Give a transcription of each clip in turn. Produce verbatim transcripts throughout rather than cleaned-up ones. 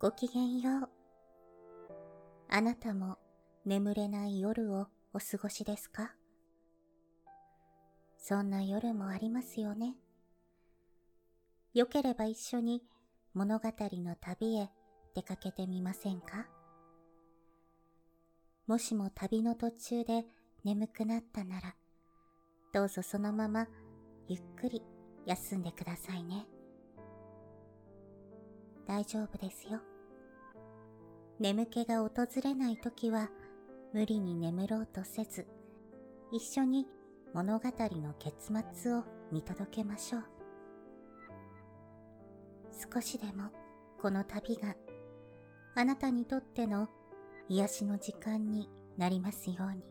ごきげんよう。あなたも眠れない夜をお過ごしですか？そんな夜もありますよね。よければ一緒に物語の旅へ出かけてみませんか？もしも旅の途中で眠くなったなら、どうぞそのままゆっくり休んでくださいね。大丈夫ですよ。眠気が訪れないときは無理に眠ろうとせず、一緒に物語の結末を見届けましょう。少しでもこの旅があなたにとっての癒しの時間になりますように。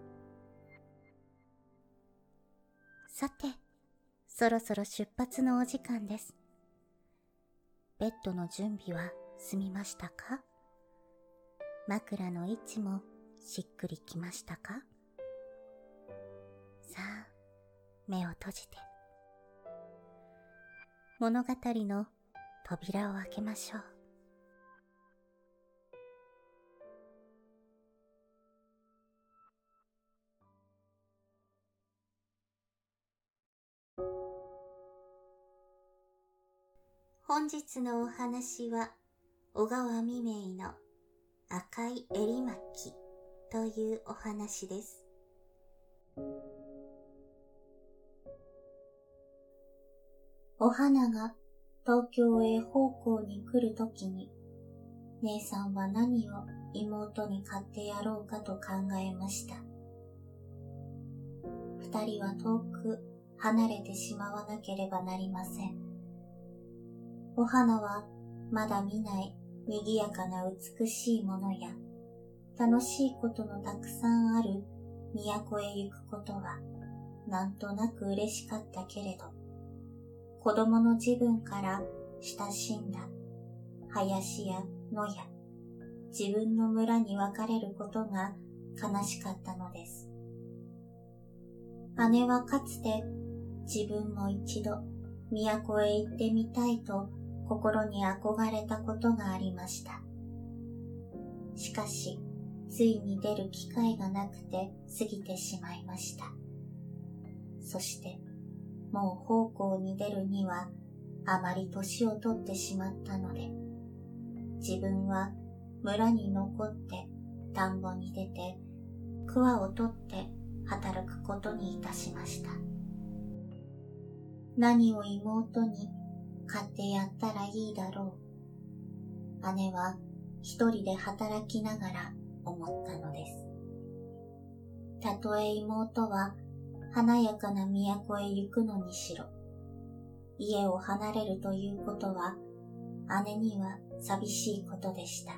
さて、そろそろ出発のお時間です。ベッドの準備は済みましたか？枕の位置もしっくりきましたか？さあ、目を閉じて物語の扉を開けましょう。本日のお話は小川未明の赤い襟巻きというお話です。お花が東京へ奉公に来るときに、姉さんは何を妹に買ってやろうかと考えました。二人は遠く離れてしまわなければなりません。お花はまだ見ない賑やかな美しいものや楽しいことのたくさんある都へ行くことはなんとなく嬉しかったけれど、子供の自分から親しんだ林や野や自分の村に別れることが悲しかったのです。姉はかつて自分も一度都へ行ってみたいと心に憧れたことがありました。しかし、ついに出る機会がなくて過ぎてしまいました。そして、もう奉公に出るにはあまり年を取ってしまったので、自分は村に残って田んぼに出て桑を取って働くことにいたしました。何を妹に買ってやったらいいだろう。姉は一人で働きながら思ったのです。たとえ妹は華やかな都へ行くのにしろ、家を離れるということは姉には寂しいことでした。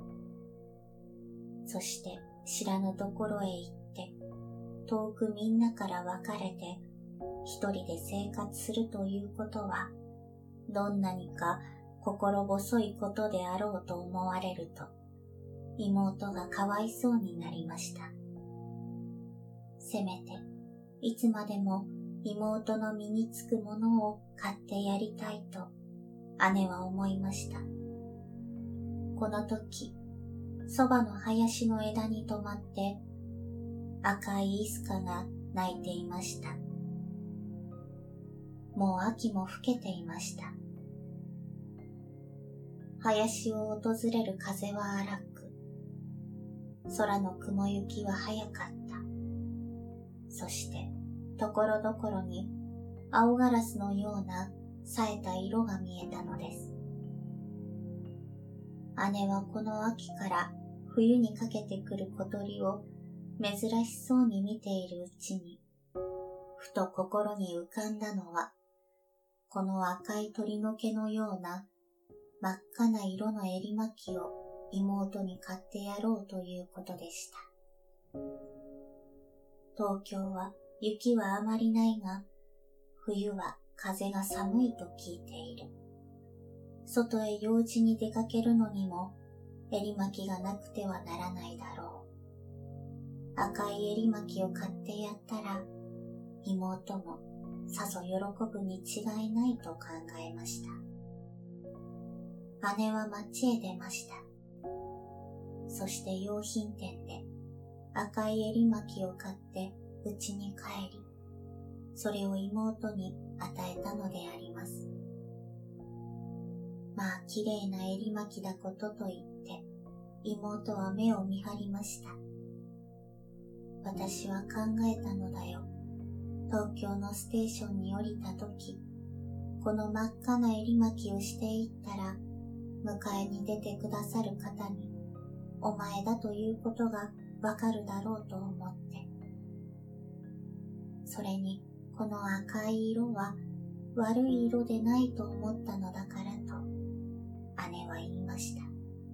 そして知らぬところへ行って、遠くみんなから別れて一人で生活するということは、どんなにか心細いことであろうと思われると、妹がかわいそうになりました。せめて、いつまでも妹の身につくものを買ってやりたいと、姉は思いました。この時、そばの林の枝に止まって、赤いイスカが鳴いていました。もう秋も更けていました。林を訪れる風は荒く、空の雲行きは早かった。そして、ところどころに青ガラスのような冴えた色が見えたのです。姉はこの秋から冬にかけてくる小鳥を珍しそうに見ているうちに、ふと心に浮かんだのは、この赤い鳥の毛のような真っ赤な色の襟巻きを妹に買ってやろうということでした。東京は雪はあまりないが、冬は風が寒いと聞いている。外へ用事に出かけるのにも襟巻きがなくてはならないだろう。赤い襟巻きを買ってやったら、妹もさぞ喜ぶに違いないと考えました。 姉は町へ出ました。そして洋品店で赤い襟巻きを買って家に帰り、それを妹に与えたのであります。まあ綺麗な襟巻きだことと言って妹は目を見張りました。私は考えたのだよ。東京のステーションに降りたとき、この真っ赤な襟巻きをしていったら、迎えに出てくださる方に、お前だということがわかるだろうと思って。それに、この赤い色は悪い色でないと思ったのだからと、姉は言いました。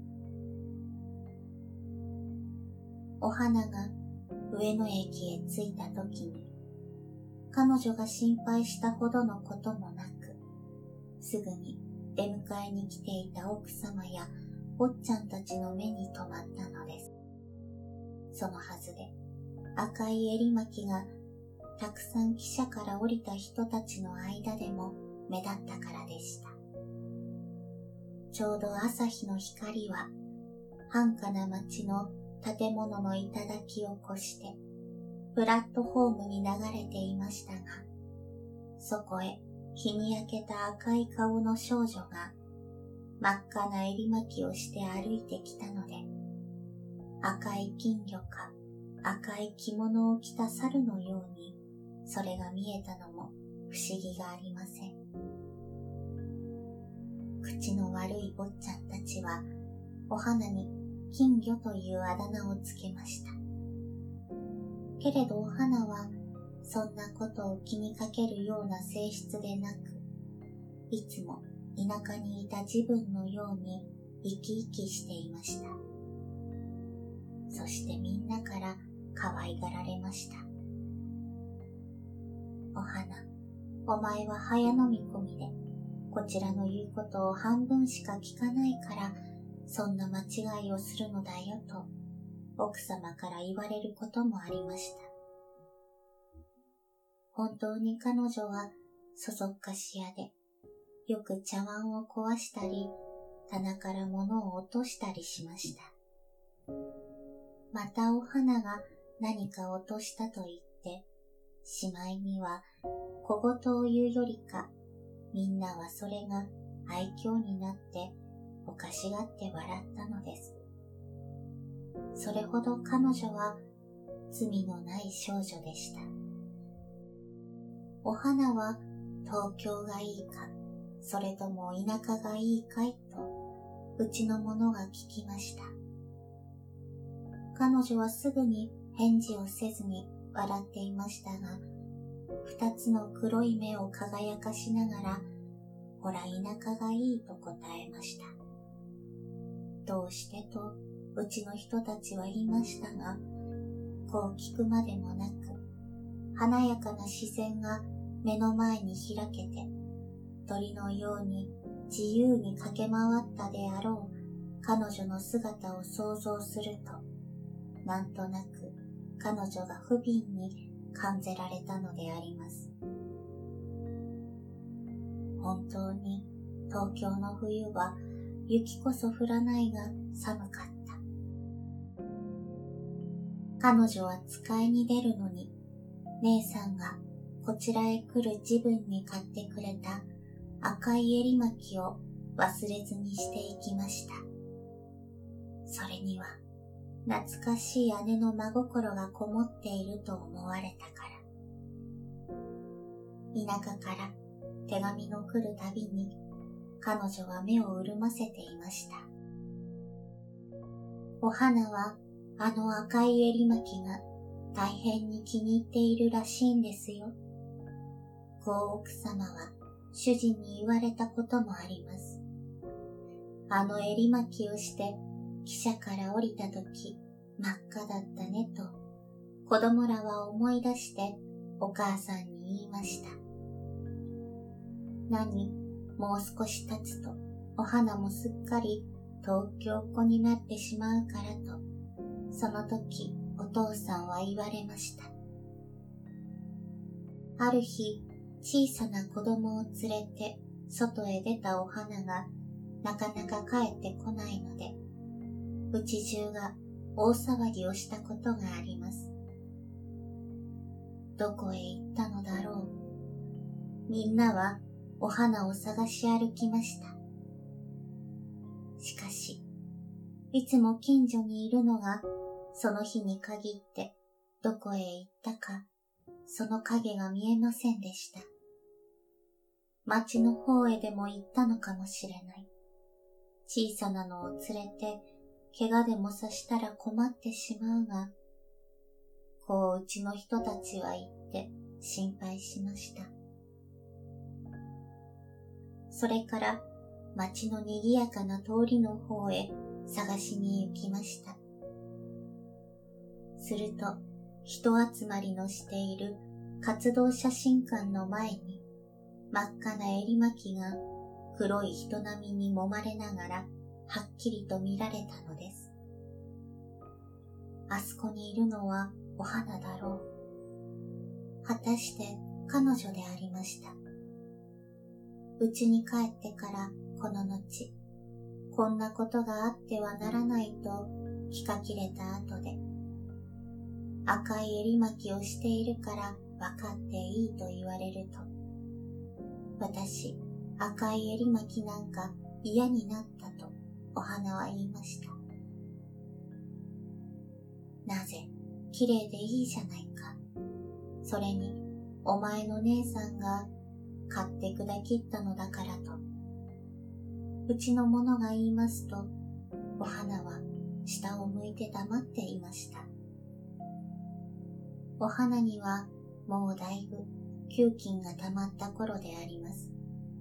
お花が上野駅へ着いたときに、彼女が心配したほどのこともなく、すぐに出迎えに来ていた奥様や坊ちゃんたちの目に留まったのです。そのはずで赤い襟巻きがたくさん汽車から降りた人たちの間でも目立ったからでした。ちょうど朝日の光は繁華な町の建物の頂を越してプラットホームに流れていましたが、そこへ日に焼けた赤い顔の少女が真っ赤な襟巻きをして歩いてきたので、赤い金魚か赤い着物を着た猿のようにそれが見えたのも不思議がありません。口の悪い坊ちゃんたちはお花に金魚というあだ名をつけました。けれどお花はそんなことを気にかけるような性質でなく、いつも田舎にいた自分のように生き生きしていました。そしてみんなから可愛がられました。お花、お前は早飲み込みで、こちらの言うことを半分しか聞かないから、そんな間違いをするのだよと、奥様から言われることもありました。本当に彼女はそそっかし屋で、よく茶碗を壊したり、棚から物を落としたりしました。またお花が何か落としたと言って、しまいには小言を言うよりか、みんなはそれが愛嬌になっておかしがって笑ったのです。それほど彼女は罪のない少女でした。お花は東京がいいか、それとも田舎がいいかいと、うちの者が聞きました。彼女はすぐに返事をせずに笑っていましたが、二つの黒い目を輝かしながら、ほら田舎がいいと答えました。どうしてとうちの人たちは言いましたが、こう聞くまでもなく、華やかな自然が目の前に開けて、鳥のように自由に駆け回ったであろう彼女の姿を想像すると、なんとなく彼女が不憫に感じられたのであります。本当に東京の冬は雪こそ降らないが寒かった。彼女は使いに出るのに、姉さんがこちらへ来る自分に買ってくれた赤い襟巻きを忘れずにしていきました。それには懐かしい姉の真心がこもっていると思われたから。田舎から手紙の来るたびに彼女は目を潤ませていました。お花はあの赤い襟巻きが大変に気に入っているらしいんですよ。こう奥様は主人に言われたこともあります。あの襟巻きをして汽車から降りたとき真っ赤だったねと子供らは思い出してお母さんに言いました。何、もう少し経つとお花もすっかり東京っ子になってしまうからと、その時お父さんは言われました。ある日、小さな子供を連れて外へ出たお花がなかなか帰ってこないので、うち中が大騒ぎをしたことがあります。どこへ行ったのだろう。みんなはお花を探し歩きました。しかし、いつも近所にいるのが、その日に限ってどこへ行ったか、その影が見えませんでした。町の方へでも行ったのかもしれない。小さなのを連れて、怪我でもさしたら困ってしまうが、こううちの人たちは言って心配しました。それから町の賑やかな通りの方へ探しに行きました。すると、人集まりのしている活動写真館の前に、真っ赤な襟巻きが黒い人波に揉まれながらはっきりと見られたのです。あそこにいるのはお花だろう。果たして彼女でありました。家に帰ってからこの後、こんなことがあってはならないと聞かきれた後で、赤い襟巻きをしているから分かっていいと言われると、私、赤い襟巻きなんか嫌になったとお花は言いました。なぜ、綺麗でいいじゃないか。それに、お前の姉さんが買って砕きったのだからと。うちの者が言いますと、お花は下を向いて黙っていました。お花にはもうだいぶ給金がたまった頃であります。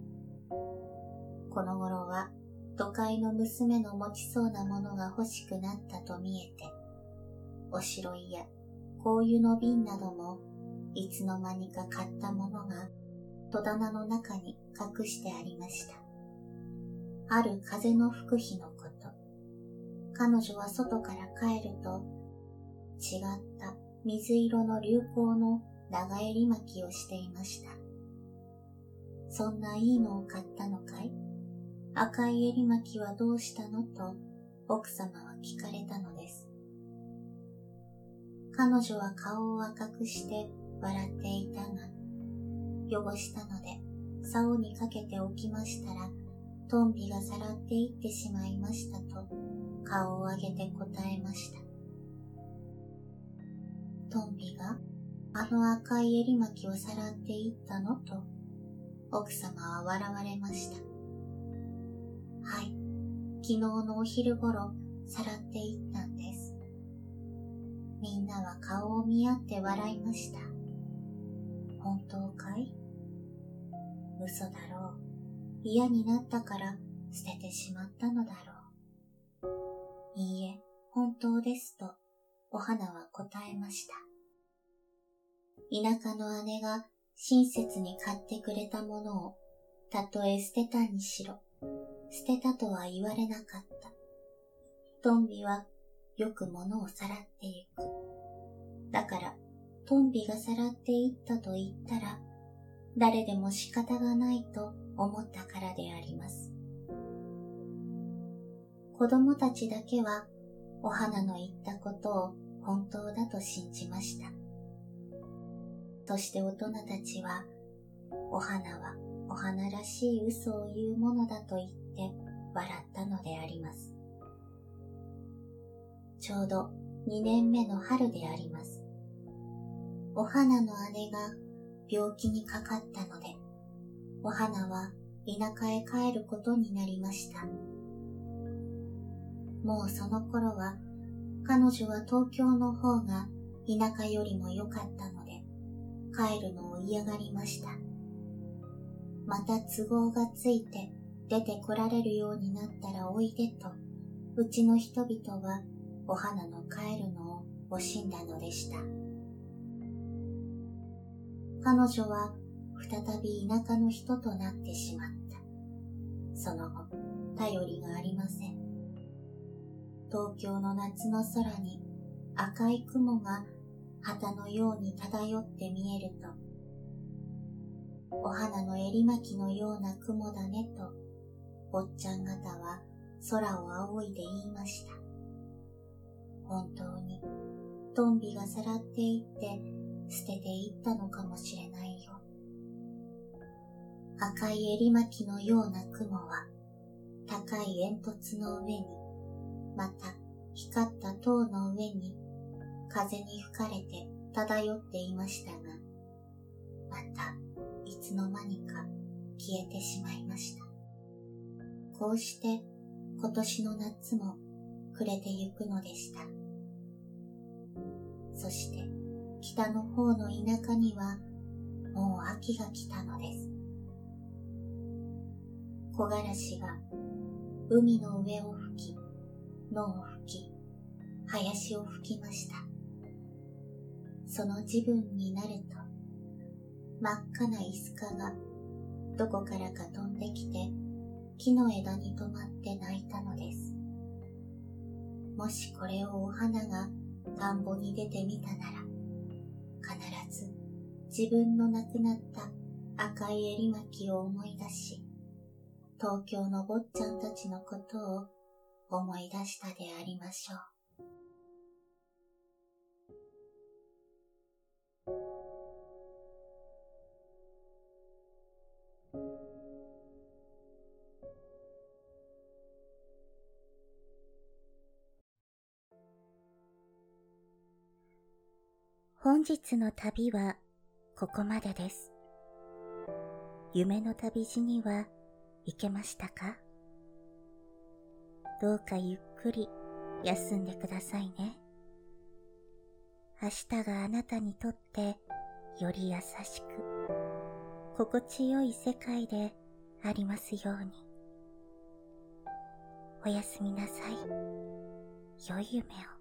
この頃は都会の娘の持ちそうなものが欲しくなったと見えて、おしろいや香油の瓶などもいつの間にか買ったものが戸棚の中に隠してありました。ある風の吹く日のこと、彼女は外から帰ると、違った水色の流行の長襟巻きをしていました。そんないいのを買ったのかい？赤い襟巻きはどうしたのと奥様は聞かれたのです。彼女は顔を赤くして笑っていたが、汚したので竿にかけておきましたら、トンビがさらっていってしまいましたと顔を上げて答えました。トンビがあの赤い襟巻きをさらっていったのと奥様は笑われました。はい、昨日のお昼ごろさらっていったんです。みんなは顔を見合って笑いました。本当かい？嘘だろう。嫌になったから捨ててしまったのだろう。いいえ、本当ですとお花は答えました。田舎の姉が親切に買ってくれたものをたとえ捨てたにしろ、捨てたとは言われなかった。トンビはよく物をさらってゆく。だからトンビがさらっていったと言ったら誰でも仕方がないと思ったからであります。子供たちだけはお花の言ったことを本当だと信じました。そして大人たちは、お花はお花らしい嘘を言うものだと言って笑ったのであります。ちょうどにねんめの春であります。お花の姉が病気にかかったので、お花は田舎へ帰ることになりました。もうその頃は彼女は東京の方が田舎よりも良かったので帰るのを嫌がりました。また都合がついて出てこられるようになったらおいでとうちの人々はお花の帰るのを惜しんだのでした。彼女は再び田舎の人となってしまった。その後、頼りがありません。東京の夏の空に赤い雲が旗のように漂って見えると、お花の襟巻きのような雲だねと坊ちゃん方は空を仰いで言いました。本当にトンビがさらっていって捨てていったのかもしれないよ。赤い襟巻きのような雲は高い煙突の上に、また光った塔の上に風に吹かれて漂っていましたが、またいつの間にか消えてしまいました。こうして今年の夏も暮れてゆくのでした。そして北の方の田舎にはもう秋が来たのです。木枯らしが海の上を吹き、野を吹き、林を吹きました。その時分になると、真っ赤なイスカがどこからか飛んできて木の枝に止まって鳴いたのです。もしこれをお花が田んぼに出てみたなら、必ず自分の亡くなった赤い襟巻きを思い出し、東京の坊ちゃんたちのことを思い出したでありましょう。 本日の旅はここまでです。夢の旅路には行けましたか？どうかゆっくり休んでくださいね。明日があなたにとってより優しく、心地よい世界でありますように。おやすみなさい。良い夢を。